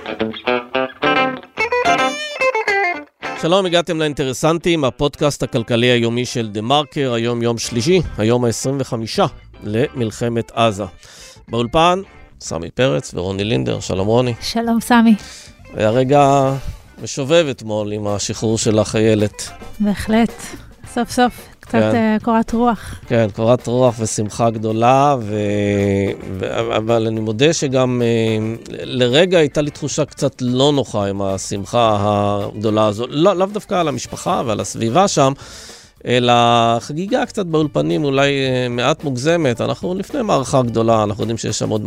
שלום, הגעתם לאינטרסנטים, הפודקאסט הכלכלי היומי של דה מרקר, היום יום שלישי, היום ה-25 למלחמת עזה. באולפן, סמי פרץ ורוני לינדר. שלום רוני. שלום סמי. היה רגע משובב אתמול עם השחרור של החיילת. בהחלט, סוף סוף. קצת קורת רוח. כן, קורת רוח ושמחה גדולה, אבל אני מודה שגם לרגע הייתה לי תחושה קצת לא נוחה עם השמחה הגדולה הזו. לאו דווקא על המשפחה ועל הסביבה שם, אלא חגיגה קצת באולפנים, אולי מעט מוגזמת. אנחנו לפני מערכה גדולה, אנחנו יודעים שיש שם עוד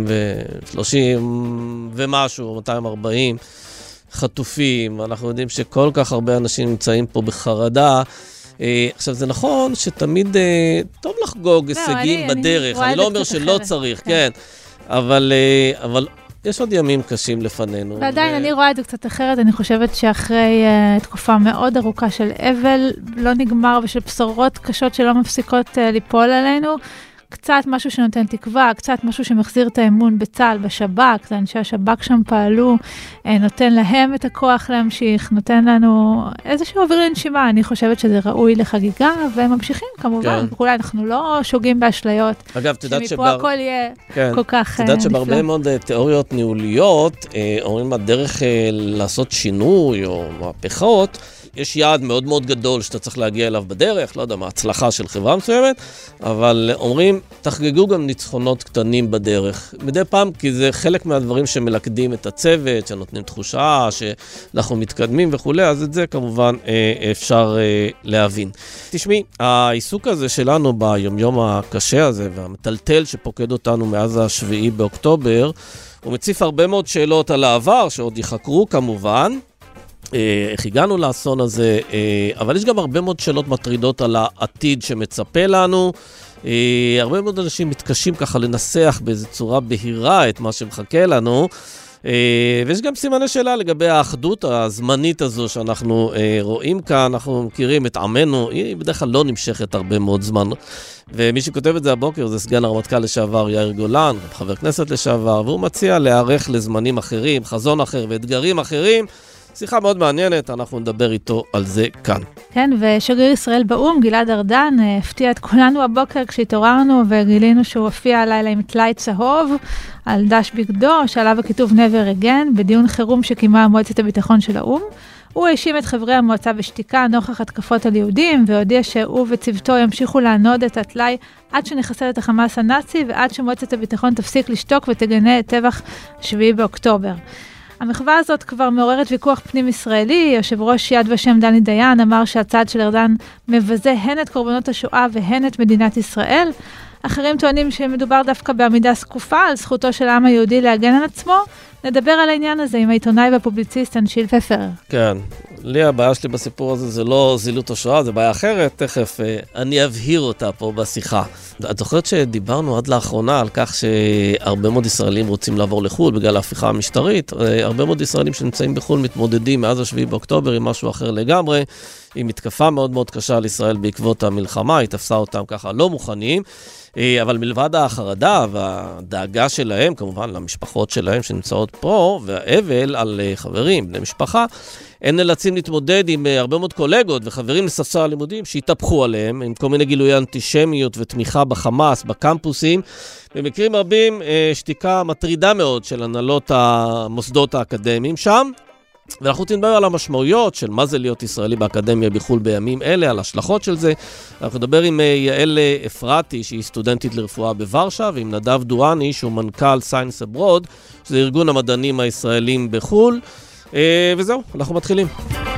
230 ומשהו, 240 חטופים. אנחנו יודעים שכל כך הרבה אנשים נמצאים פה בחרדה. עכשיו, זה נכון שתמיד טוב לחגוג הישגים בדרך. אני לא אומר שלא צריך, כן. אבל יש עוד ימים קשים לפנינו. ועדיין אני רואה את זה קצת אחרת. אני חושבת שאחרי תקופה מאוד ארוכה של אבל, לא נגמר, ושל בשורות קשות שלא מפסיקות ליפול עלינו, קצת משהו שנותן תקווה, קצת משהו שמחזיר את האמון בצה"ל, בשב"כ, זה אנשי השב"כ שם פעלו, נותן להם את הכוח להמשיך, נותן לנו איזשהו אוויר לנשימה. אני חושבת שזה ראוי לחגיגה, והם ממשיכים כמובן, וכולי אנחנו לא שוגים באשליות, אגב, שמפה הכל יהיה כל כך נפלא. תדעת שבהרבה מאוד תיאוריות ניהוליות, אומרים הדרך לעשות שינוי או מהפכות, יש יעד מאוד מאוד גדול שאתה צריך להגיע אליו בדרך, לא יודע מה, הצלחה של חברה מסוימת, אבל אומרים, תחגגו גם ניצחונות קטנים בדרך. מדי פעם, כי זה חלק מהדברים שמלכדים את הצוות, שנותנים תחושה, שאנחנו מתקדמים וכו', אז את זה כמובן אפשר להבין. תשמעי, העיסוק הזה שלנו ביומיום הקשה הזה, והמטלטל שפוקד אותנו מאז ה7 באוקטובר, הוא מציף הרבה מאוד שאלות על העבר, שעוד יחקרו כמובן, איך הגענו לאסון הזה, אבל יש גם הרבה מאוד שאלות מטרידות על העתיד שמצפה לנו. הרבה מאוד אנשים מתקשים ככה לנסח באיזו צורה בהירה את מה שמחכה לנו, ויש גם סימני שאלה לגבי האחדות הזמנית הזו שאנחנו רואים כאן. אנחנו מכירים את עמנו, היא בדרך כלל לא נמשכת הרבה מאוד זמן, ומי שכותב את זה הבוקר זה סגן הרמטכ"ל לשעבר יאיר גולן, חבר כנסת לשעבר, והוא מציע להיערך לזמנים אחרים, חזון אחר ואתגרים אחרים. שיחה מאוד מעניינת, אנחנו נדבר איתו על זה כאן. כן, ושגריר ישראל באום, גלעד ארדן, הפתיע את כולנו הבוקר כשהתעוררנו וגילינו שהוא הופיע הלילה עם טלאי צהוב על דש בגדו, שעליו הכיתוב never again, בדיון חירום שקיימה מועצת הביטחון של האום. הוא האשים את חברי המועצה בשתיקה נוכח התקפות על יהודים, והודיע שהוא וצוותו ימשיכו לענוד את הטלאי עד שנחסל את החמאס הנאצי, ועד שמועצת הביטחון תפסיק לשתוק ותגנה את טבח 7 באוקטובר. המחווה הזאת כבר מעוררת ויכוח פנים ישראלי. יושב ראש יד ושם דני דיין אמר שהצעד של ארדן מבזה הן את קורבנות השואה והן את מדינת ישראל. אחרים טוענים שמדובר דווקא בעמידה סקופה על זכותו של העם היהודי להגן על עצמו. נדבר על העניין הזה עם העיתונאי והפובליציסט אנשיל פפר. כן, לי הבעיה שלי בסיפור הזה זה לא זילות השואה, זה בעיה אחרת, תכף אני אבהיר אותה פה בשיחה. את זוכרת שדיברנו עד לאחרונה על כך שהרבה מאוד ישראלים רוצים לעבור לחו"ל בגלל ההפיכה המשטרית, הרבה מאוד ישראלים שנמצאים בחו"ל מתמודדים מאז ה7 באוקטובר עם משהו אחר לגמרי, עם מתקפה מאוד מאוד קשה על ישראל בעקבות המלחמה, היא תפסה אותם ככה לא מוכנים, אבל מלבד החרדה והדאגה שלהם, כמובן למשפחות שלהם שנמצאות פה, והאבל על חברים, בני משפחה, הם נאלצים להתמודד עם הרבה מאוד קולגות וחברים לספסל הלימודים שהתהפכו עליהם, עם כל מיני גילויי אנטישמיות ותמיכה בחמאס, בקמפוסים. במקרים רבים שתיקה מטרידה מאוד של הנהלות המוסדות האקדמיים שם, ואנחנו רוצים לדבר על המשמעויות של מה זה להיות ישראלי באקדמיה בחו"ל בימים אלה, על השלכות של זה. אנחנו נדבר עם יעל אפרתי, שהיא סטודנטית לרפואה בוורשה, ועם נדב דואני, שהוא מנכ"ל סיינס אברוד, שזה ארגון המדענים הישראלים בחו"ל. וזהו, אנחנו מתחילים.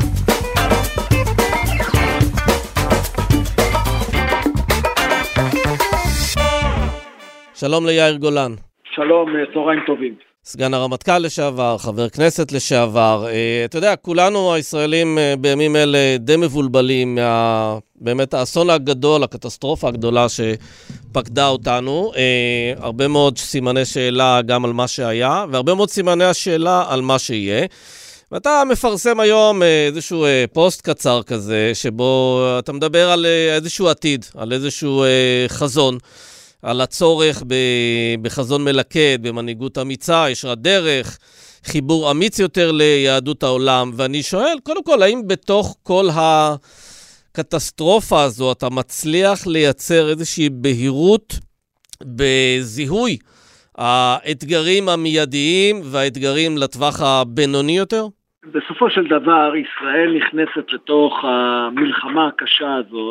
שלום ליאיר גולן. שלום, צהריים טובים. סגן הרמטכ"ל לשעבר, חבר כנסת לשעבר. אתה יודע, כולנו הישראלים בימים אלה די מבולבלים באמת האסון הגדול, הקטסטרופה הגדולה שפקדה אותנו. הרבה מאוד סימני שאלה גם על מה שהיה, והרבה מאוד סימני השאלה על מה שיהיה. ואתה מפרסם היום איזשהו פוסט קצר כזה, שבו אתה מדבר על איזשהו עתיד, על איזשהו חזון, על הצורך בחזון מלכד, במנהיגות אמיצה, ישרת דרך, חיבור אמיץ יותר ליהדות העולם, ואני שואל, קודם כל, האם בתוך כל הקטסטרופה הזו אתה מצליח לייצר איזושהי בהירות בזיהוי האתגרים המיידיים והאתגרים לטווח הבינוני יותר? בסופו של דבר, ישראל נכנסת לתוך המלחמה הקשה הזאת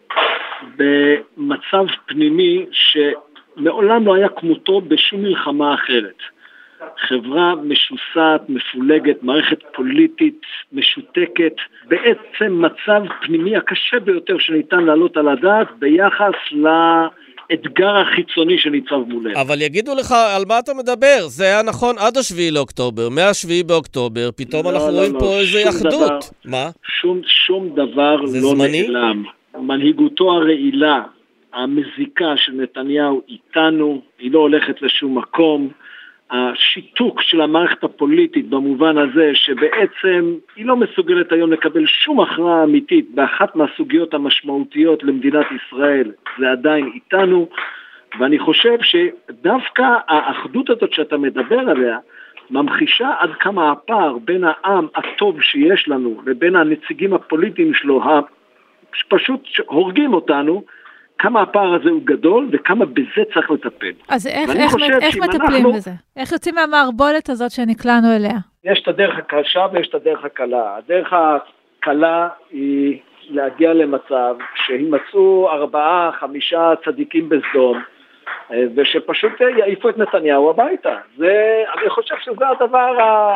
במצב פנימי שמעולם לא היה כמותו בשום מלחמה אחרת. חברה משוסעת, מפולגת, מערכת פוליטית משותקת, בעצם מצב פנימי הקשה ביותר שניתן לעלות על הדעת ביחס לאתגר החיצוני שניצב מולנו. אבל יגידו לך על מה אתה מדבר, זה היה נכון עד השביעי לאוקטובר, מה-7 באוקטובר, פתאום אנחנו רואים פה איזה אחדות. מה? שום דבר לא נעלם. מנהיגותו הרעילה, המזיקה של נתניהו איתנו, היא לא הולכת לשום מקום. השיתוק של המערכת הפוליטית במובן הזה שבעצם היא לא מסוגלת היום לקבל שום הכרעה אמיתית באחת מהסוגיות המשמעותיות למדינת ישראל, זה עדיין איתנו, ואני חושב שדווקא האחדות הזאת שאתה מדבר עליה ממחישה עד כמה הפער בין העם הטוב שיש לנו לבין הנציגים הפוליטיים שלו שפשוט הורגים אותנו, כמה הפער הזה הוא גדול, וכמה בזה צריך לטפל. אז איך מטפלים בזה? איך יוצאים מהמערבולת הזאת שנקלענו אליה? יש את הדרך הקשה ויש את הדרך הקלה. הדרך הקלה היא להגיע למצב שהימצאו 4-5 צדיקים בסדום, ושפשוט יעיפו את נתניהו הביתה. אני חושב שזה הדבר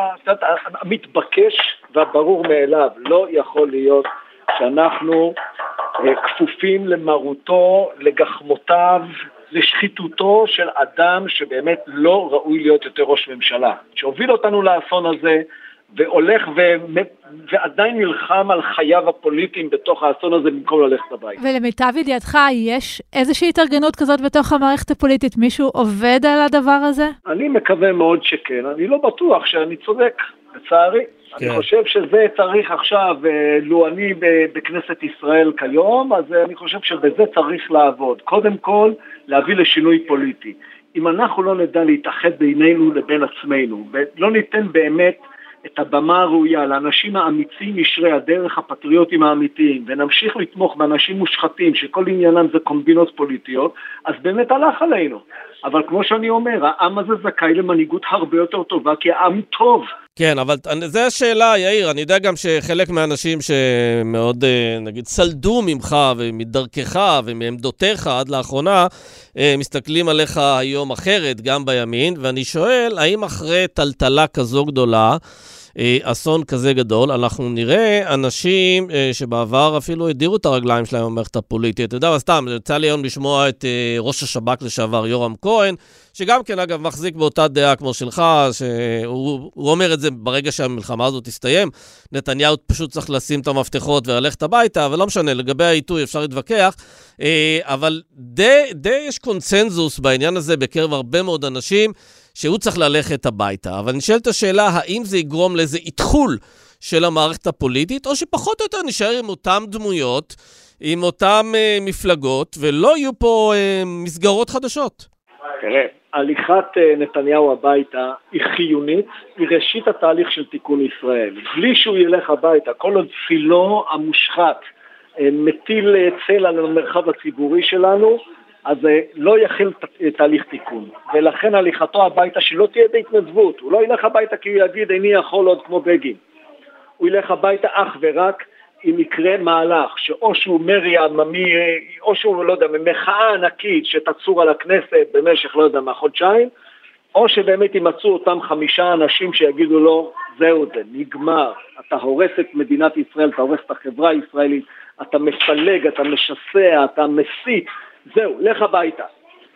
המתבקש והברור מאליו. לא יכול להיות שאנחנו כפופים למרותו, לגחמותיו, לשחיתותו של אדם שבאמת לא ראוי להיות יותר ראש ממשלה. שהוביל אותנו לאסון הזה, והולך ועדיין נלחם על חייו הפוליטיים בתוך האסון הזה במקום ללכת הבית. ולמיטב ידיעתך, יש איזושהי התארגנות כזאת בתוך המערכת הפוליטית? מישהו עובד על הדבר הזה? אני מקווה מאוד שכן. אני לא בטוח שאני צודק, לצערי. אני חושב שזה צריך עכשיו, לו אני בכנסת ישראל כיום, אז אני חושב שבזה צריך לעבוד. קודם כל, להביא לשינוי פוליטי. אם אנחנו לא נדע להתאחד בינינו לבין עצמנו, ולא ניתן באמת את הבמה הראויה לאנשים האמיצים ישרי הדרך, הפטריוטים האמיתיים, ונמשיך לתמוך באנשים מושחתים שכל עניינם זה קומבינות פוליטיות, אז באמת הלך עלינו. אבל כמו שאני אומר, העם הזה זכאי למנהיגות הרבה יותר טובה, כי העם טוב. כן, אבל זו השאלה, יאיר. אני יודע גם שחלק מהאנשים שמאוד, נגיד, סלדו ממך ומדרכך ומעמדותיך עד לאחרונה, מסתכלים עליך היום אחרת, גם בימין, ואני שואל, האם אחרי טלטלה כזו גדולה, אסון כזה גדול, אנחנו נראה אנשים שבעבר אפילו הדירו את הרגליים שלהם במערכת הפוליטית. אתה יודע, אבל סתם, יצא לי היום לשמוע את ראש השב"כ לשעבר יורם כהן, שגם כן אגב מחזיק באותה דעה כמו שלך, שהוא אומר את זה ברגע שהמלחמה הזאת תסתיים, נתניהו פשוט צריך לשים את המפתחות וללכת הביתה, אבל לא משנה, לגבי העיתוי אפשר להתווכח, אבל די יש קונצנזוס בעניין הזה בקרב הרבה מאוד אנשים, שהוא צריך ללכת הביתה. אבל נשאלת השאלה, האם זה יגרום לאיזה התחול של המערכת הפוליטית, או שפחות או יותר נשאר עם אותם דמויות, עם אותם מפלגות, ולא יהיו פה מסגרות חדשות? תראה, הליכת נתניהו הביתה היא חיונית, היא ראשית התהליך של תיקון ישראל. בלי שהוא ילך הביתה, כל עוד פילו המושחת מטיל צל על המרחב הציבורי שלנו, אז לא יחל תהליך תיקון. ולכן הליכתו הביתה שלא תהיה בהתנדבות. הוא לא ילך הביתה כי הוא יגיד, איני יכול עוד כמו בגין. הוא ילך הביתה אך ורק אם יקרה מהלך, שאו שהוא מרי עממי, או שהוא, לא יודע, ממחאה ענקית שתצור על הכנסת במשך, לא יודע, חודשיים, או שבאמת יימצאו אותם 5 אנשים שיגידו לו, זהו זה, נגמר. אתה הורס את מדינת ישראל, אתה הורס את החברה הישראלית, אתה מפלג, אתה משסע, אתה מסית, זהו, לך הביתה.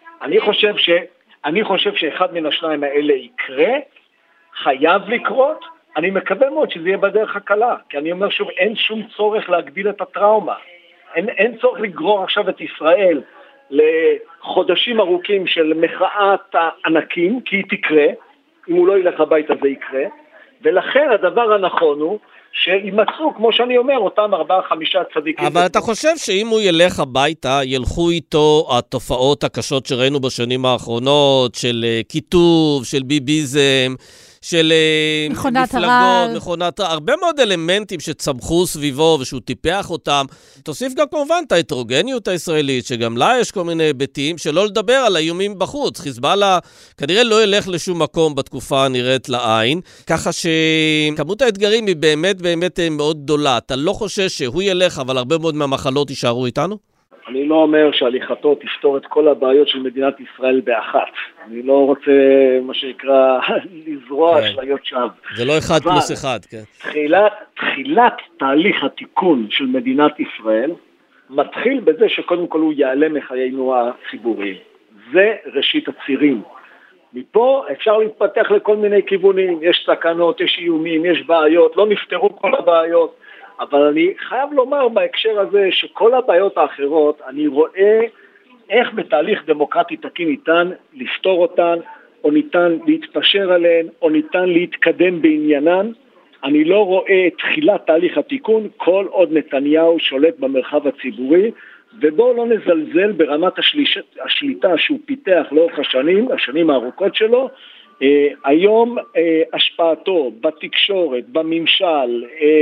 אני חושב שאחד מן השניים האלה יקרה, חייב לקרות, אני מקווה מאוד שזה יהיה בדרך הקלה, כי אני אומר שוב, אין שום צורך להגדיל את הטראומה. אין צורך לגרור עכשיו את ישראל לחודשים ארוכים של מחאת הענקים, כי היא תקרה, אם הוא לא ילך הביתה זה יקרה, ולכן הדבר הנכון הוא, שימצאו, כמו שאני אומר, אותם 4-5 צדיקים. אבל אתה חושב שאם הוא ילך הביתה, ילכו איתו התופעות הקשות שראינו בשנים האחרונות, של כיתוב, של ביביזם, של מכונת מפלגות, הרעל. הרבה מאוד אלמנטים שצמחו סביבו ושהוא טיפח אותם. תוסיף גם כמובן את ההטרוגניות הישראלית, שגם לה יש כל מיני היבטים, שלא לדבר על האיומים בחוץ. חיזבאללה כנראה לא ילך לשום מקום בתקופה הנראית לעין, ככה שכמות האתגרים היא באמת באמת מאוד גדולה. אתה לא חושש שהוא ילך, אבל הרבה מאוד מהמחלות יישארו איתנו? אני לא אומר שהליכתו תפתור את כל הבעיות של מדינת ישראל באחת. אני לא רוצה, מה שנקרא, לזרוע אשליות שווא. זה לא 1+1, כן. תחילת תהליך התיקון של מדינת ישראל מתחיל בזה שקודם כל הוא יעלה מחיינו הציבוריים. זה ראשית הצירים. מפה אפשר להתפתח לכל מיני כיוונים, יש סכנות, יש איומים, יש בעיות, לא נפתרו כל הבעיות. אבל אני חייב לומר בהקשר הזה שכל הבעיות האחרות, אני רואה איך בתהליך דמוקרטי תקין ניתן לפתור אותן, או ניתן להתפשר עליהן, או ניתן להתקדם בעניינן. אני לא רואה את תחילת תהליך התיקון כל עוד נתניהו שולט במרחב הציבורי, ובואו לא נזלזל ברמת השליטה שהוא פיתח לאורך השנים הארוכות שלו. היום השפעתו בתקשורת, בממשל,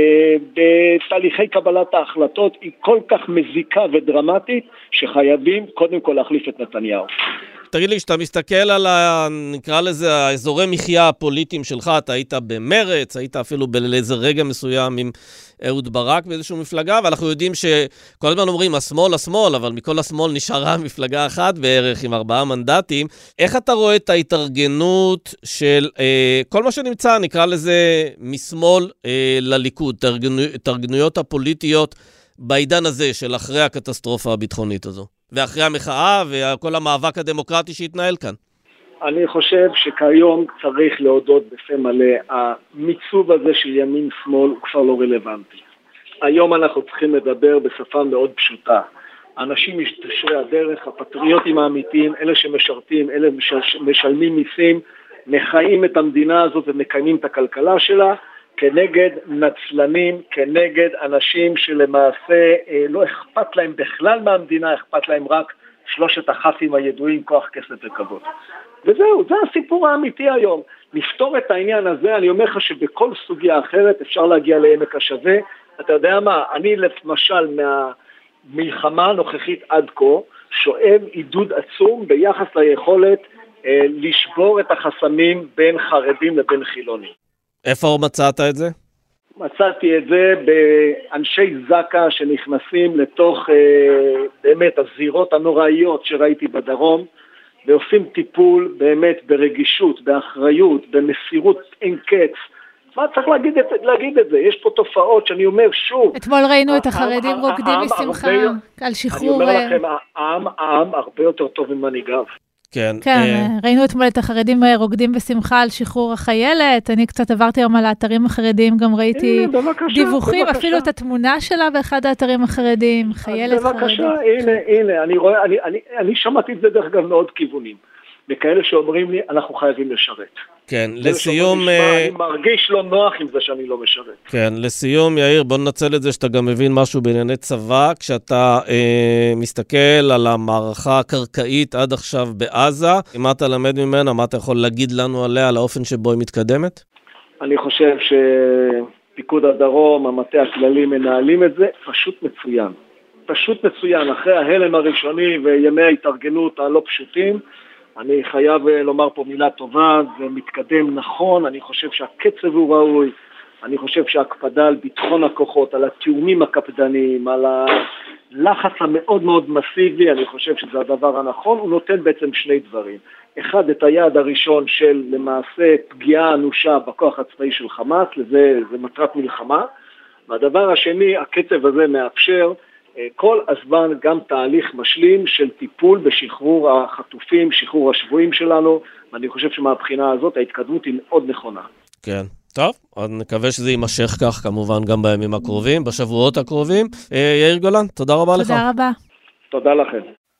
בתהליכי קבלת ההחלטות היא כל כך מזיקה ודרמטית שחייבים קודם כל להחליף את נתניהו. תגיד לי, שאתה מסתכל על, נקרא לזה, האזורי מחיה הפוליטיים שלך, אתה היית במרץ, היית אפילו באיזה רגע מסוים עם אהוד ברק באיזושהי מפלגה, ואנחנו יודעים שכל הזמן אומרים, השמאל, אבל מכל השמאל נשארה מפלגה אחת בערך עם 4 מנדטים. איך אתה רואה את ההתארגנות של כל מה שנמצא, נקרא לזה, משמאל לליכוד, התארגנויות הפוליטיות בעידן הזה של אחרי הקטסטרופה הביטחונית הזו? ואחרי המחאה וכל המאבק הדמוקרטי שהתנהל כאן. אני חושב שכיום צריך להודות בפה מלא, המיצוב הזה של ימין שמאל הוא כבר לא רלוונטי. היום אנחנו צריכים לדבר בשפה מאוד פשוטה. אנשים משתשרי הדרך, הפטריוטים האמיתיים, אלה שמשרתים, אלה משלמים מיסים, מחיים את המדינה הזאת ומקיימים את הכלכלה שלה, כנגד נצלנים, כנגד אנשים שלמעשה לא אכפת להם בכלל מהמדינה, אכפת להם רק 3 הח"כים הידועים, כוח, כסף וכבוד. וזהו, זה הסיפור האמיתי היום. נפתור את העניין הזה, אני אומר לך שבכל סוגיה אחרת אפשר להגיע לעמק השווה. אתה יודע מה, אני למשל מהמלחמה הנוכחית עד כה, שואב עידוד עצום ביחס ליכולת לשבור את החסמים בין חרדים לבין חילונים. איפה מצאת את זה? מצאתי את זה באנשי זקה שנכנסים לתוך באמת הזירות הנוראיות שראיתי בדרום, ועושים טיפול באמת ברגישות, באחריות, במסירות אין קץ. מה צריך להגיד את זה? יש פה תופעות שאני אומר שוב. אתמול ראינו את החרדים רוקדים משמחה על שחרור. אני אומר לכם, העם הרבה יותר טוב ממנהיגיו. כן, ראינו אתמול את החרדים רוקדים בשמחה על שחרור החיילת, אני קצת עברתי היום על האתרים החרדיים, גם ראיתי דיווחים, אפילו את התמונה שלה באחד האתרים החרדיים, חיילת חרדית. בבקשה, הנה, אני שמעתי את זה דרך גם מאוד כיוונים, וכאלה שאומרים לי, אנחנו חייבים לשרת. כן, לסיום... אני מרגיש לא נוח עם זה שאני לא משרת. כן, לסיום, יאיר, בוא ננצל את זה שאתה גם מבין משהו בענייני צבא, כשאתה מסתכל על המערכה הקרקעית עד עכשיו בעזה, מה אתה למד ממנה, מה אתה יכול להגיד לנו עליה, על האופן שבו היא מתקדמת? אני חושב שפיקוד הדרום, המטה הכללי מנהלים את זה, פשוט מצוין, אחרי ההלם הראשוני וימי ההתארגנות הלא פשוטים, אני חייב לומר פה מילה טובה, זה מתקדם נכון, אני חושב שהקצב הוא ראוי, אני חושב שההקפדה על ביטחון הכוחות, על התיאומים הקפדניים, על הלחץ המאוד מאוד מסיבי, אני חושב שזה הדבר הנכון, הוא נותן בעצם 2 דברים. אחד, את היעד הראשון של למעשה פגיעה אנושה בכוח הצבאי של חמאס, זה מטרת מלחמה, והדבר השני, הקצב הזה מאפשר כל הזמן גם תהליך משלים של טיפול בשחרור החטופים, שחרור השבויים שלנו, ואני חושב שמהבחינה הזאת ההתקדמות היא מאוד נכונה. כן, טוב, אז נקווה שזה יימשך כך כמובן גם בימים הקרובים, בשבועות הקרובים. יאיר גולן, תודה רבה לך. תודה רבה. תודה לכם.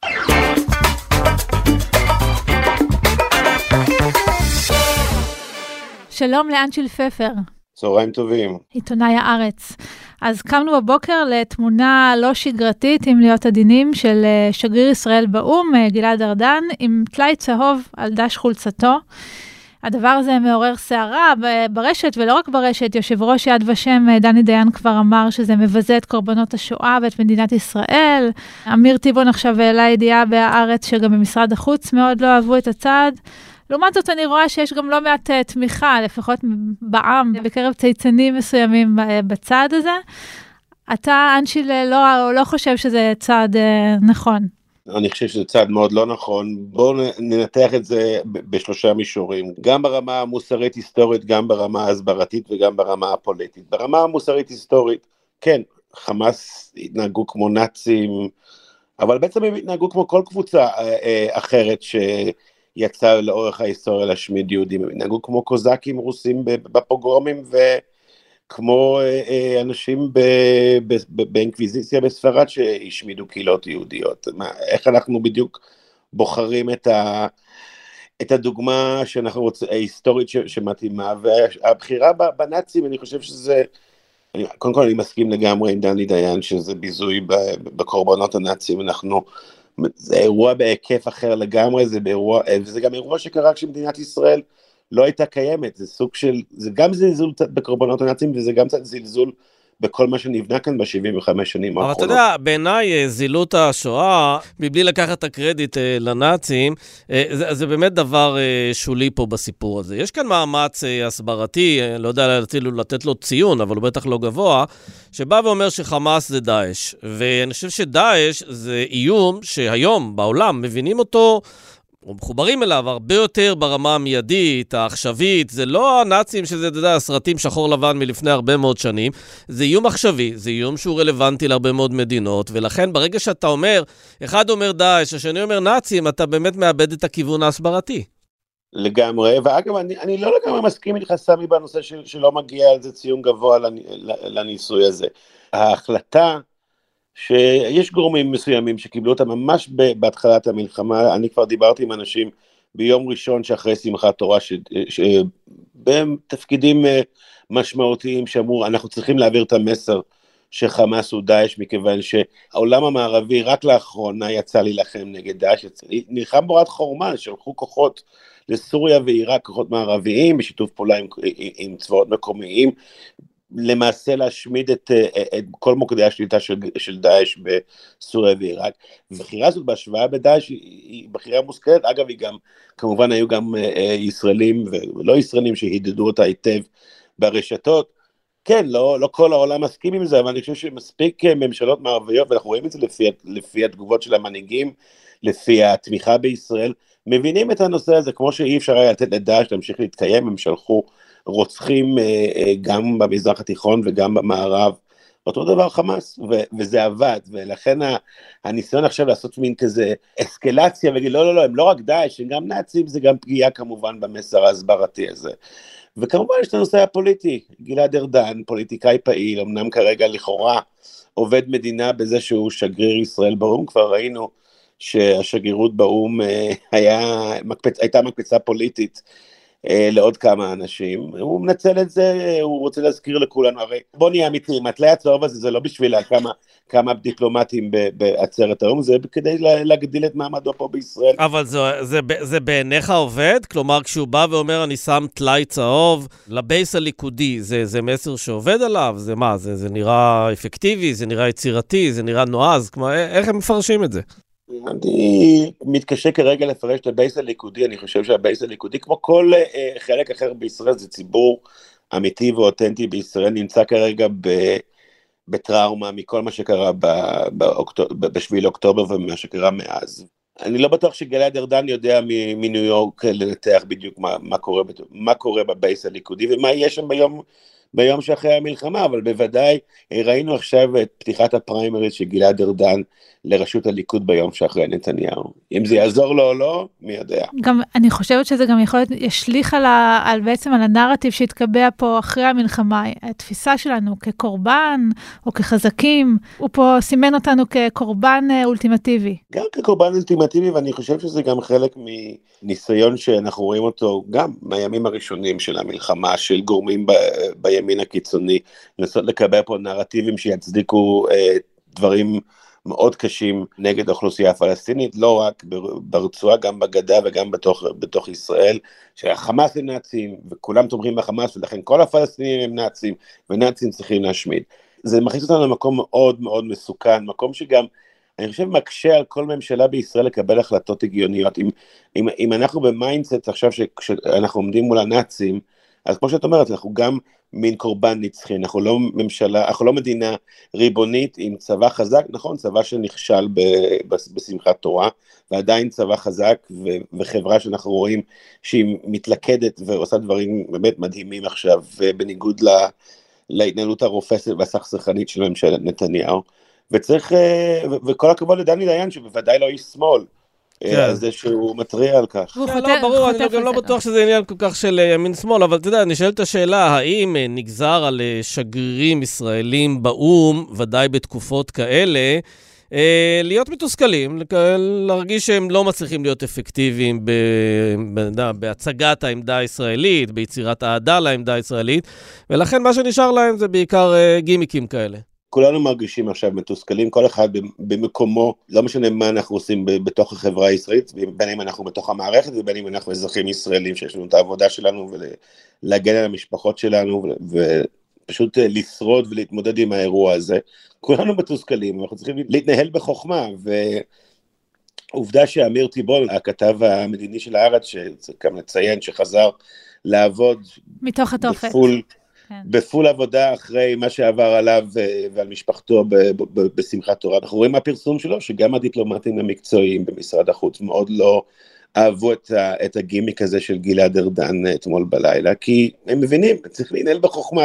שלום לאנשל פפר. צהריים טובים. עיתונאי הארץ. אז קמנו בבוקר לתמונה לא שגרתית, אם להיות עדינים, של שגריר ישראל באום, גלעד ארדן, עם טלאי צהוב על דש חולצתו. הדבר הזה מעורר שערה ברשת, ולא רק ברשת, יושב ראש יד ושם דני דיין כבר אמר שזה מבזה את קורבנות השואה ואת מדינת ישראל. אמיר טיבון עכשיו העלה ידיעה בהארץ שגם במשרד החוץ מאוד לא אהבו את הצעד. לעומת זאת אני רואה שיש גם לא מעט תמיכה, לפחות בעם, בקרב צייצנים מסוימים בצעד הזה. אתה, אנשיל, לא חושב שזה צעד נכון. אני חושב שזה צעד מאוד לא נכון. בואו ננתח את זה בשלושה מישורים, גם ברמה המוסרית היסטורית, גם ברמה ההסברתית וגם ברמה הפוליטית. ברמה המוסרית היסטורית, כן, חמאס התנהגו כמו נאצים, אבל בעצם הם התנהגו כמו כל קבוצה אחרת שיצאה לאורך ההיסטוריה להשמיד יהודים, הם התנהגו כמו קוזקים רוסים בפוגרומים וכמו אנשים באינקוויזיציה בספרד שהשמידו קהילות יהודיות. איך אנחנו בדיוק בוחרים את הדוגמה שאנחנו רוצים, ההיסטורית שמתאימה, והבחירה בנאצים, אני חושב שזה, קודם כל אני מסכים לגמרי עם דני דיין, שזה ביזוי בקורבנות הנאצים, זה אירוע בהיקף אחר לגמרי, וזה גם אירוע שקרה כשמדינת ישראל לא הייתה קיימת, זה סוג של, זה גם זלזול בקורבנות הנאצים, וזה גם זלזול בכל מה שנבנה כאן ב-75 שנים האחרונות. אבל אתה יודע, בעיניי זילות השואה, מבלי לקחת את הקרדיט לנאצים, זה באמת דבר שולי פה בסיפור הזה. יש כאן מאמץ הסברתי, לא יודע לתת לו ציון, אבל הוא בטח לא גבוה, שבא ואומר שחמאס זה דאעש. ואני חושב שדאעש זה איום שהיום בעולם מבינים אותו, ומחוברים אליו הרבה יותר ברמה המיידית, העכשווית, זה לא הנאצים שזה, אתה יודע, הסרטים שחור לבן מלפני הרבה מאוד שנים, זה איום עכשווי, זה איום שהוא רלוונטי להרבה מאוד מדינות, ולכן ברגע שאתה אומר, אחד אומר דאעש, השני אומר נאצים, אתה באמת מאבד את הכיוון ההסברתי. לגמרי, ואגב, אני לא לגמרי מסכים איתך סמי בנושא שלא מגיע על זה ציון גבוה לניסוי הזה. ההחלטה שיש גורמים מסוימים שקיבלו אותה ממש בהתחלת המלחמה, אני כבר דיברתי עם אנשים ביום ראשון שאחרי שמחת תורה, שבהם תפקידים משמעותיים שאמרו, אנחנו צריכים להעביר את המסר שחמאס הוא דאעש, מכיוון שהעולם המערבי רק לאחרונה יצא להילחם נגד דאעש, נלחם בורת חורמה, שלחו כוחות לסוריה ועיראק, כוחות מערביים, בשיתוף פעולה עם צבאות מקומיים, למעשה להשמיד את כל מוקדי השליטה של דאעש בסוריה ועיראק. הבחירה הזאת בהשוואה בדאעש היא בחירה מושכלת, אגב היא גם, כמובן היו גם ישראלים ולא ישראלים שהידדו אותה היטב ברשתות, כן, לא כל העולם מסכים עם זה, אבל אני חושב שמספיק ממשלות מערביות, ואנחנו רואים את זה לפי התגובות של המנהיגים, לפי התמיכה בישראל, מבינים את הנושא הזה, כמו שאי אפשר היה לתת לדאעש להמשיך להתקיים, הם שלחו רוצחים גם במזרח התיכון וגם במערב, אותו דבר חמאס, וזה עבד, ולכן הניסיון עכשיו לעשות מין כזה אסקלציה, ולהגיד לא, הם לא רק דאעש, הם גם נאצים, זה גם פגיעה כמובן במסר ההסברתי הזה. וכמובן יש את הנושא הפוליטי, גלעד ארדן, פוליטיקאי פעיל, אמנם כרגע לכאורה עובד מדינה בזה שהוא שגריר ישראל באום, כבר ראינו שהשגרירות באום הייתה מקפצה פוליטית, לעוד כמה אנשים, הוא מנצל את זה, הוא רוצה להזכיר לכולנו, הרי בוא נהיה אמיתיים, הטלאי הצהוב הזה זה לא בשביל כמה דיפלומטים בעצרת האו"ם, זה כדי להגדיל את מעמדו פה בישראל. אבל זה בעיניך עובד? כלומר, כשהוא בא ואומר אני שם טלאי צהוב לבייס הליכודי, זה מסר שעובד עליו? זה מה? זה נראה אפקטיבי, זה נראה יצירתי, זה נראה נועז, איך הם מפרשים את זה? אני מתקשה כרגע לפרש את הבייס הליכודי, אני חושב שהבייס הליכודי, כמו כל חלק אחר בישראל, זה ציבור אמיתי ואותנטי בישראל, נמצא כרגע בטראומה מכל מה שקרה ב7 לאוקטובר ומה שקרה מאז. אני לא בטוח שגלעד ארדן יודע מניו יורק לנתח בדיוק מה קורה בבייס הליכודי, ומה יש שם ביום שאחרי המלחמה, אבל בוודאי ראינו עכשיו את פתיחת הפריימריז של גלעד ארדן לראשות הליכוד ביום שאחרי נתניהו. אם זה יעזור לו או לא, מי יודע. גם, אני חושבת שזה גם יכול להיות, ישליך בעצם על הנרטיב שהתקבע פה אחרי המלחמה, התפיסה שלנו כקורבן או כחזקים, הוא פה סימן אותנו כקורבן אולטימטיבי. גם כקורבן אולטימטיבי, ואני חושב שזה גם חלק מניסיון שאנחנו רואים אותו גם מהימים הראשונים של המלחמה, של גורמים בימין הקיצוני, לנסות לקבל פה נרטיבים שיצדיקו דברים מאוד קשים נגד האוכלוסייה הפלסטינית, לא רק ברצועה, גם בגדה וגם בתוך ישראל, שהחמאס הם נאצים, וכולם תומכים בחמאס, ולכן כל הפלסטינים הם נאצים, ונאצים צריכים להשמיד. זה מכניס אותנו למקום מאוד מאוד מסוכן, מקום שגם, אני חושב, מקשה על כל ממשלה בישראל לקבל החלטות הגיוניות. אם אנחנו במיינדסט עכשיו שאנחנו עומדים מול הנאצים, אז כמו שאת אומרת, אנחנו גם מין קורבן נצחי, אנחנו לא מדינה ריבונית עם צבא חזק, נכון, צבא שנכשל בשמחת תורה, ועדיין צבא חזק, וחברה שאנחנו רואים שהיא מתלכדת ועושה דברים באמת מדהימים עכשיו, בניגוד להתנהלות הרופסת והסכסכנית של ממשלת נתניהו, וכל הכבוד לדני דיין, שבוודאי לא איש שמאל, זה שהוא מטריע על כך. לא, ברור, אני גם לא בטוח שזה עניין כל כך של ימין שמאל, אבל אתה יודע, אני שואל את השאלה, האם נגזר על שגרירים ישראלים באום, ודאי בתקופות כאלה, להיות מתוסכלים, להרגיש שהם לא מצליחים להיות אפקטיביים בהצגת העמדה הישראלית, ביצירת העדה לעמדה הישראלית, ולכן מה שנשאר להם זה בעיקר גימיקים כאלה. כולנו מרגישים עכשיו מתוסכלים, כל אחד במקומו, לא משנה מה אנחנו עושים בתוך החברה הישראלית, בין אם אנחנו בתוך המערכת, ובין אם אנחנו אזרחים ישראלים שיש לנו את העבודה שלנו, ולהגן על המשפחות שלנו, ופשוט לשרוד ולהתמודד עם האירוע הזה. כולנו מתוסכלים, אנחנו צריכים להתנהל בחוכמה, ועובדה שאמיר טיבול, הכתב המדיני של הארץ, שגם לציין שחזר לעבוד מתוך התופת. בפול עבודה אחרי מה שעבר עליו ועל משפחתו בשמחת תורה. אנחנו רואים מהפרסום שלו שגם הדיפלומטים המקצועיים במשרד החוץ מאוד לא אהבו את הגימיק הזה של גלעד ארדן אתמול בלילה, כי הם מבינים, צריך להנהל בחוכמה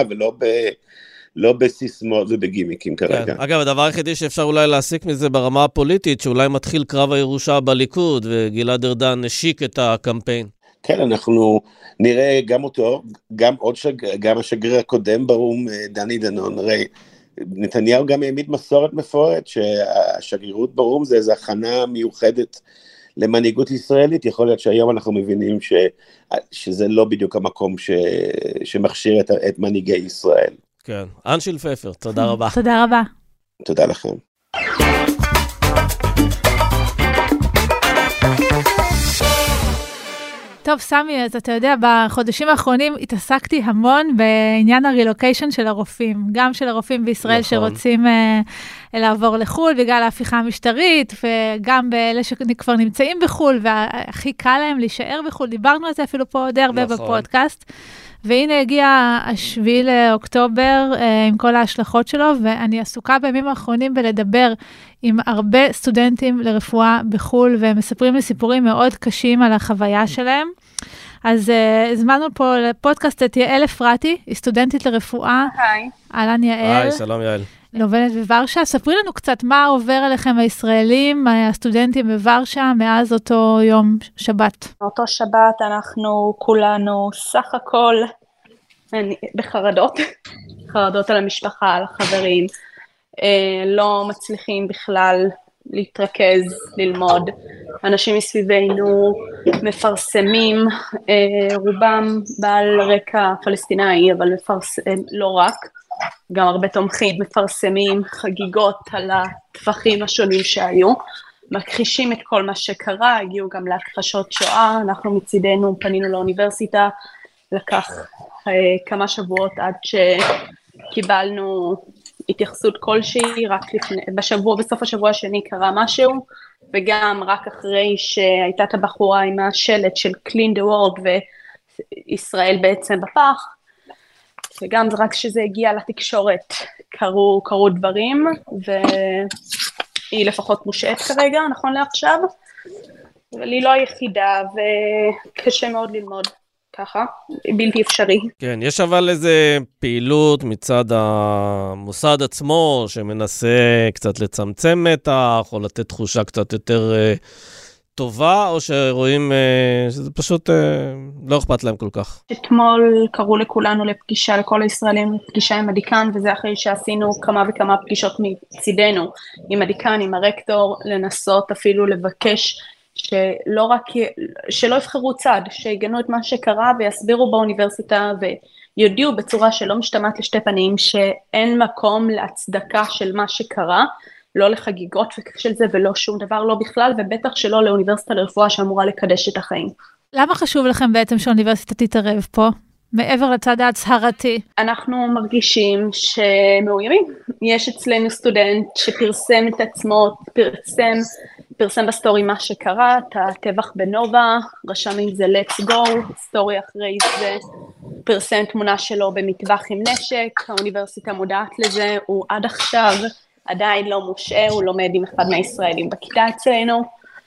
ולא בסיסמות ובגימיקים כרגע. אגב, הדבר היחידי שאפשר אולי להסיק מזה ברמה הפוליטית, שאולי מתחיל קרב הירושה בליכוד, וגלעד ארדן נשיק את הקמפיין. כן, אנחנו נראה גם אותו, גם השגריר הקודם באום, דני דנון, הרי נתניהו גם העמיד מסורת מפוארת, שהשגרירות באום זה איזו הכנה מיוחדת למנהיגות ישראלית, יכול להיות שהיום אנחנו מבינים שזה לא בדיוק המקום שמכשיר את מנהיגי ישראל. כן, אנשיל פפר, תודה רבה. תודה רבה. תודה לכם. טוב, סמי, אז אתה יודע, בחודשים האחרונים התעסקתי המון בעניין הרילוקיישן של הרופאים, גם של הרופאים בישראל נכון. שרוצים לעבור לחול בגלל ההפיכה המשטרית, וגם באלה שכבר נמצאים בחול, והכי קל להם להישאר בחול, דיברנו על זה אפילו פה די הרבה נכון. בפודקאסט, והנה הגיע השביעי לאוקטובר עם כל ההשלכות שלו, ואני עסוקה בימים האחרונים בלדבר עם הרבה סטודנטים לרפואה בחול, והם מספרים לי סיפורים מאוד קשים על החוויה שלהם. אז הזמנו פה לפודקאסט את יעל אפרתי, היא סטודנטית לרפואה. היי. אהלן יעל. היי, שלום יעל. לומדת בוורשה. ספרי לנו קצת מה עובר עליכם הישראלים, הסטודנטים בוורשה, מאז אותו יום שבת. אותו שבת אנחנו כולנו סך הכל בחרדות, חרדות על המשפחה, על החברים, לא מצליחים בכלל להתרכז, ללמוד. אנשים מסביבנו מפרסמים, רובם בעל רקע פלסטיני, אבל לא רק, גם הרבה תומכים מפרסמים חגיגות על הטווחים השונים שהיו, מכחישים את כל מה שקרה, הגיעו גם להכחשות שואה, אנחנו מצידנו פנינו לאוניברסיטה, לקח כמה שבועות עד שקיבלנו התייחסות כלשהי, רק בסוף השבוע השני קרה משהו, וגם רק אחרי שהייתה את הבחורה עם השלט של Clean the World וישראל בעצם בפח, וגם רק שזה הגיע לתקשורת, קרו דברים, והיא לפחות מושעת כרגע, נכון לעכשיו, אבל היא לא היחידה, וקשה מאוד ללמוד ככה, בלתי אפשרי. כן, יש אבל איזה פעילות מצד המוסד עצמו, שמנסה קצת לצמצם מתח, או לתת תחושה קצת יותר טובה, או שרואים שזה פשוט לא אכפת להם כל כך. אתמול קראו לכולנו לפגישה, לכל הישראלים, לפגישה עם הדיקן, וזה אחרי שעשינו כמה וכמה פגישות מצידנו, עם הדיקן, עם הרקטור, לנסות אפילו לבקש שלא יבחרו צד, שיגנו את מה שקרה ויסבירו באוניברסיטה ויודיעו בצורה שלא משתמעת לשתי פנים, שאין מקום להצדקה של מה שקרה, לא לחגיגות של זה ולא שום דבר, לא בכלל, ובטח שלא לאוניברסיטה לרפואה שאמורה לקדש את החיים. למה חשוב לכם בעצם שהאוניברסיטה תתערב פה? מעבר לצד ההצהרתי. אנחנו מרגישים שמאוימים. יש אצלנו סטודנט שפרסם את עצמו, פרסם בסטורי מה שקרה, את הטבח בנובה, רשם עם זה let's go, סטורי אחרי זה, פרסם תמונה שלו במטווח עם נשק, האוניברסיטה מודעת לזה, הוא עד עכשיו עדיין לא מושעה, הוא לומד עם אחד מהישראלים בכיתה אצלנו.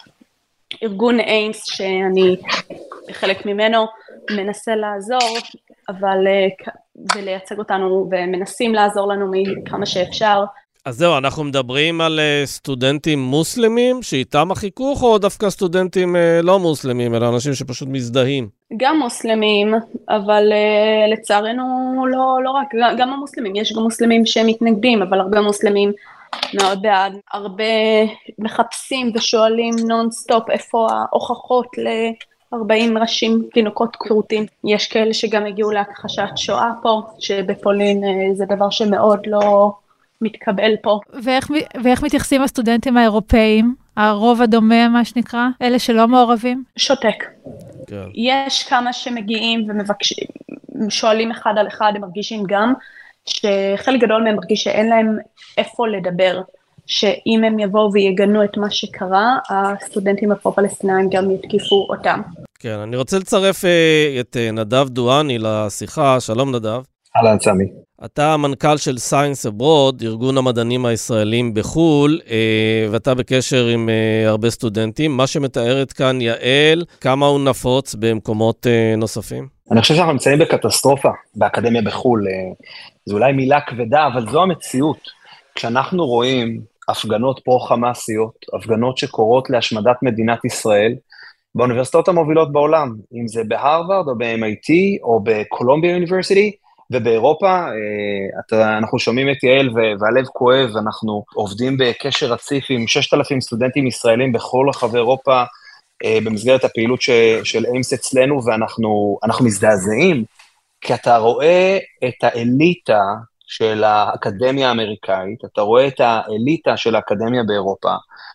ארגון איימס שאני חלק ממנו מנסה לעזור, אבל ולייצג אותנו ומנסים לעזור לנו מכמה שאפשר. אז זהו, אנחנו מדברים על סטודנטים מוסלמים שאיתם החיכוך, או דווקא סטודנטים לא מוסלמים, אלא אנשים שפשוט מזדהים? גם מוסלמים, אבל לצערנו לא רק, גם המוסלמים, יש גם מוסלמים שמתנגדים, אבל הרבה מוסלמים מאוד בעד, הרבה מחפשים ושואלים נונסטופ איפה ההוכחות ל-40 ראשים תינוקות כרותים. יש כאלה שגם הגיעו להכחשת שואה פה, שבפולין זה דבר שמאוד לא מתקבל פה. ואיך מתייחסים הסטודנטים האירופאים, הרוב הדומה מה שנקרא, אלה שלא מעורבים? שותק. כן. יש כמה שמגיעים ומבקשים, שואלים אחד על אחד, הם מרגישים גם שחלק גדול מהם מרגיש שאין להם איפה לדבר, שאם הם יבואו ויגנו את מה שקרה, הסטודנטים הפרו-פלסטינאים גם יתקיפו אותם. כן, אני רוצה לצרף את נדב דואני לשיחה. שלום נדב. אהלן סמי. אתה המנכ"ל של Science Abroad, ארגון המדענים הישראלים בחול, ואתה בקשר עם הרבה סטודנטים. מה שמתארת כאן יעל, כמה הוא נפוץ במקומות נוספים? אני חושב שאנחנו נמצאים בקטסטרופה באקדמיה בחול. זו אולי מילה כבדה, אבל זו המציאות. כשאנחנו רואים הפגנות פרו-חמאסיות, הפגנות שקורות להשמדת מדינת ישראל, באוניברסיטאות המובילות בעולם, אם זה בהרווארד או ב-MIT או בקולומביה יוניברסיטי, ובאירופה, אנחנו שומעים את יעל והלב כואב, אנחנו עובדים בקשר רציף עם 6,000 סטודנטים ישראלים בכל רחבי אירופה, במסגרת הפעילות של איימס אצלנו, ואנחנו מזדעזעים, כי אתה רואה את האליטה של האקדמיה האמריקאית, אתה רואה את האליטה של האקדמיה באירופה,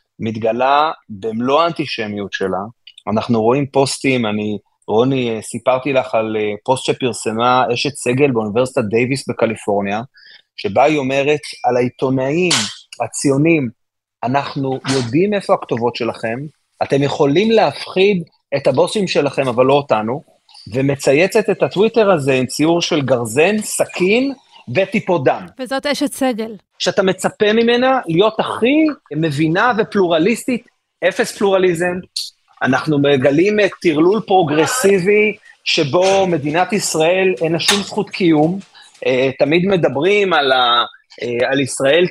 מתגלה במלוא האנטישמיות שלה, אנחנו רואים פוסטים, רוני, סיפרתי לך על פוסט שפרסמה אשת סגל באוניברסיטת דייביס בקליפורניה, שבה היא אומרת על העיתונאים, הציונים, אנחנו יודעים איפה הכתובות שלכם, אתם יכולים להפחיד את הבוסים שלכם, אבל לא אותנו, ומצייצת את הטוויטר הזה עם ציור של גרזן, סכין וטיפות דם. וזאת אשת סגל. שאתה מצפה ממנה להיות הכי מבינה ופלורליסטית, אפס פלורליזם, אנחנו מגלים את תרלול פרוגרסיבי, שבו מדינת ישראל אין לה שום זכות קיום, תמיד מדברים על ישראל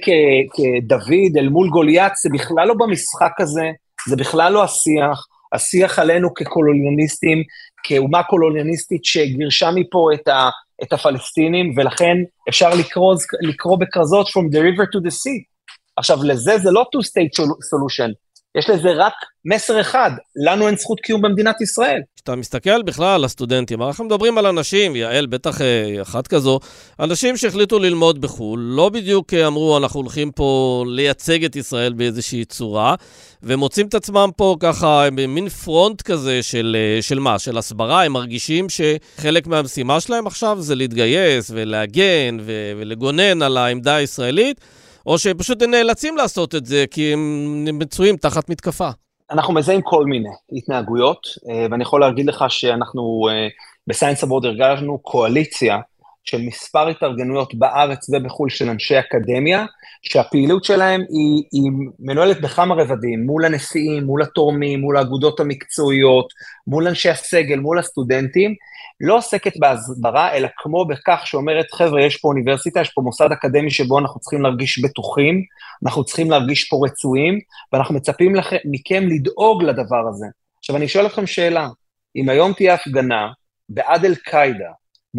כדוד אל מול גוליית, זה בכלל לא במשחק הזה, זה בכלל לא השיח עלינו כקולוניאליסטים, כאומה קולוניאליסטית שגירשה מפה את הפלסטינים, ולכן אפשר לקרוא בכרזות from the river to the sea. עכשיו, לזה זה לא two-state solution, יש לזה רק מסר אחד, לנו אין זכות קיום במדינת ישראל. כשאתה מסתכל בכלל על הסטודנטים, אנחנו מדברים על אנשים, יעל בטח אחת כזו, אנשים שהחליטו ללמוד בחול, לא בדיוק אמרו אנחנו הולכים פה לייצג את ישראל באיזושהי צורה, ומוצאים את עצמם פה ככה במין פרונט כזה של מה? של הסברה, הם מרגישים שחלק מהמשימה שלהם עכשיו זה להתגייס ולהגן ולגונן על העמדה הישראלית, או שפשוט נאלצים לעשות את זה, כי הם מצויים תחת מתקפה. אנחנו מזהים כל מיני התנהגויות, ואני יכול להגיד לך שאנחנו ב-Science Abroad הרגשנו קואליציה של מספר התארגנויות בארץ ובחול של אנשי אקדמיה, שהפעילות שלהם היא מנוהלת בכמה רבדים, מול הנשיאים, מול התורמים, מול האגודות המקצועיות, מול אנשי הסגל, מול הסטודנטים, לא עוסקת בהסברה, אלא כמו בכך שאומרת, חבר'ה, יש פה אוניברסיטה, יש פה מוסד אקדמי שבו אנחנו צריכים להרגיש בטוחים, אנחנו צריכים להרגיש פה רצויים, ואנחנו מצפים מכם לדאוג לדבר הזה. עכשיו, אני שואל לכם שאלה, אם היום תהיה הפגנה בעד אל-קאידה,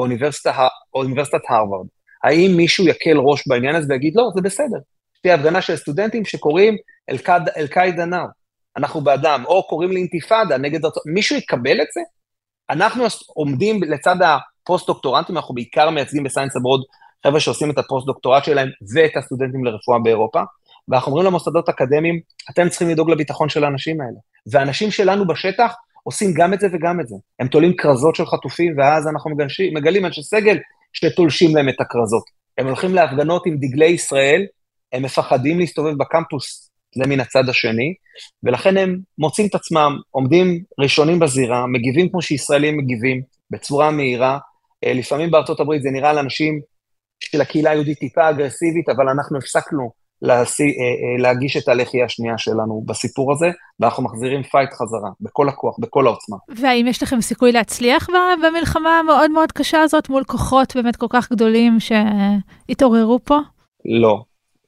באוניברסיטת הרווארד, האם מישהו יקל ראש בעניין הזה ויגיד, לא, זה בסדר. תהיה הפגנה של סטודנטים שקוראים אל-קאידה נאו, אנחנו באדם, או קוראים לאינתיפאדה נגד מישהו יקבל את זה? אנחנו עומדים לצד הפוסט-דוקטורנטים, אנחנו בעיקר מייצגים ב-Science Abroad, חבר'ה שעושים את הפוסט-דוקטורט שלהם ואת הסטודנטים לרפואה באירופה, ואנחנו אומרים למוסדות אקדמיים, אתם צריכים לדאוג לביטחון של האנשים האלה. והאנשים שלנו בשטח עושים גם את זה וגם את זה. הם תולים קרזות של חטופים, ואז אנחנו מגלים אנשי סגל שתולשים להם את הקרזות. הם הולכים להפגנות עם דגלי ישראל, הם מפחדים להסתובב בקמפוס, זה מן הצד השני, ולכן הם מוצאים את עצמם, עומדים ראשונים בזירה, מגיבים כמו שישראלים מגיבים, בצורה מהירה, לפעמים בארצות הברית זה נראה לאנשים של הקהילה היהודית טיפה אגרסיבית, אבל אנחנו הפסקנו להגיש את הלחי השנייה שלנו בסיפור הזה, ואנחנו מחזירים פייט חזרה, בכל הכוח, בכל העוצמה. והאם יש לכם סיכוי להצליח במלחמה המאוד מאוד קשה הזאת, מול כוחות באמת כל כך גדולים שהתעוררו פה? לא.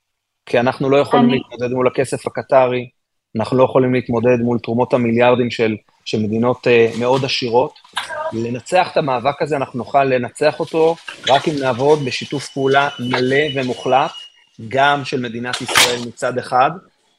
כי אנחנו לא יכולים להתמודד מול הכסף הקטרי, אנחנו לא יכולים להתמודד מול תרומות המיליארדים של מדינות מאוד עשירות. לנצח את המאבק הזה, אנחנו נוכל לנצח אותו, רק אם נעבוד בשיתוף פעולה מלא ומוחלט, גם של מדינת ישראל מצד אחד,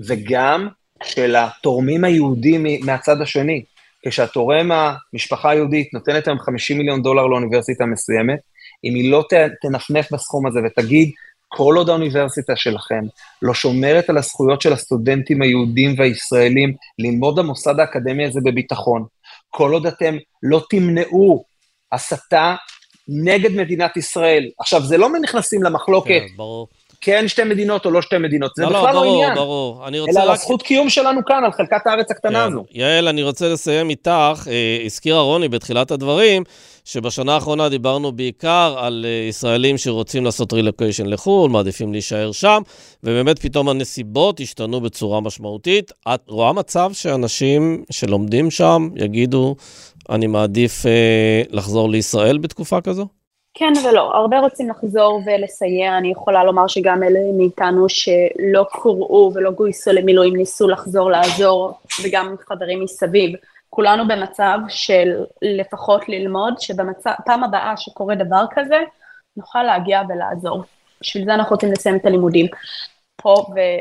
וגם של התורמים היהודים מהצד השני. כשהתורם המשפחה היהודית נותנת להם $50 מיליון לאוניברסיטה מסוימת, אם היא לא תנפנף בסכום הזה ותגיד, כל עוד האוניברסיטה שלכם לא שומרת על הזכויות של הסטודנטים היהודים והישראלים ללמוד המוסד האקדמי הזה בביטחון, כל עוד אתם לא תמנעו הסתה נגד מדינת ישראל. עכשיו, זה לא נכנסים למחלוקת, כן, ברור. כן שתי מדינות או לא שתי מדינות, זה בכלל לא עניין. ברור. אלא על הזכות קיום שלנו כאן, על חלקת הארץ הקטנה הזו. יעל, אני רוצה לסיים איתך, הזכירה רוני בתחילת הדברים, שבשנה האחרונה דיברנו בעיקר על ישראלים שרוצים לעשות רילוקיישן לחו"ל, מעדיפים להישאר שם, ובאמת פתאום הנסיבות השתנו בצורה משמעותית. את רואה מצב שאנשים שלומדים שם יגידו, אני מעדיף לחזור לישראל בתקופה כזו? כן ולא, הרבה רוצים לחזור ולסייע, אני יכולה לומר שגם אלה מאיתנו שלא קוראו ולא גויסו למילואים ניסו לחזור לעזור, וגם חברים מסביב, כולנו במצב של לפחות ללמוד, שבפעם הבאה שקורה דבר כזה, נוכל להגיע ולעזור. בשביל זה אנחנו רוצים לסיים את הלימודים פה,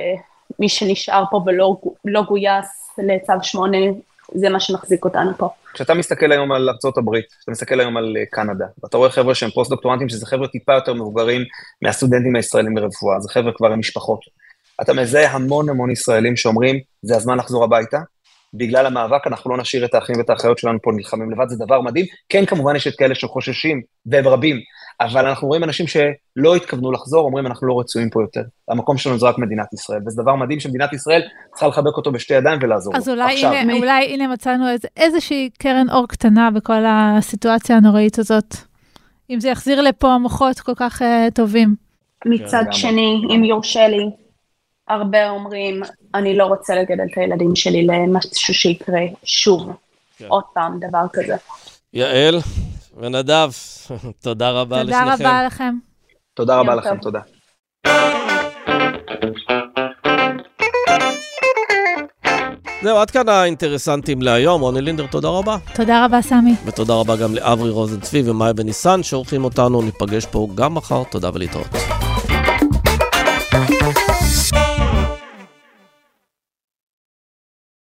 ומי שנשאר פה ולא גויס לצו 8, זה מה שמחזיק אותנו פה. כשאתה מסתכל היום על ארצות הברית, אתה מסתכל היום על קנדה, ואתה רואה חבר'ה שהם פוסט-דוקטורנטים, שזה חבר'ה טיפה יותר מבוגרים מהסטודנטים הישראלים ברפואה, זה חבר'ה כבר עם משפחות. אתה מזהה המון ישראלים שאומרים, זה הזמן לחזור הביתה, בגלל המאבק אנחנו לא נשאיר את האחים ואת האחיות שלנו פה נלחמים לבד, זה דבר מדהים. כן, כמובן יש את כאלה שחוששים, והם רבים, אבל אנחנו רואים אנשים שלא התכוונו לחזור, אומרים אנחנו לא רצויים פה יותר. המקום שלנו זה רק מדינת ישראל, וזה דבר מדהים שמדינת ישראל צריכה לחבק אותו בשתי ידיים ולעזור. אז אולי הנה מצאנו איזושהי קרן אור קטנה בכל הסיטואציה הנוראית הזאת, אם זה יחזיר לפה מוחות כל כך טובים. מצד שני, אם יורשה לי, הרבה אומרים, אני לא רוצה לגדל את הילדים שלי למשהו שיקרה שוב, עוד פעם דבר כזה. יעל ונדב, תודה רבה לשניכם. תודה רבה לכם. תודה רבה לכם, תודה. זהו, עד כאן האינטרסנטים להיום. רוני לינדר, תודה רבה. תודה רבה, סמי. ותודה רבה גם לאברי רוזנצבי ומאי בניסן שעורכים אותנו. ניפגש פה גם מחר. תודה ולהתראות.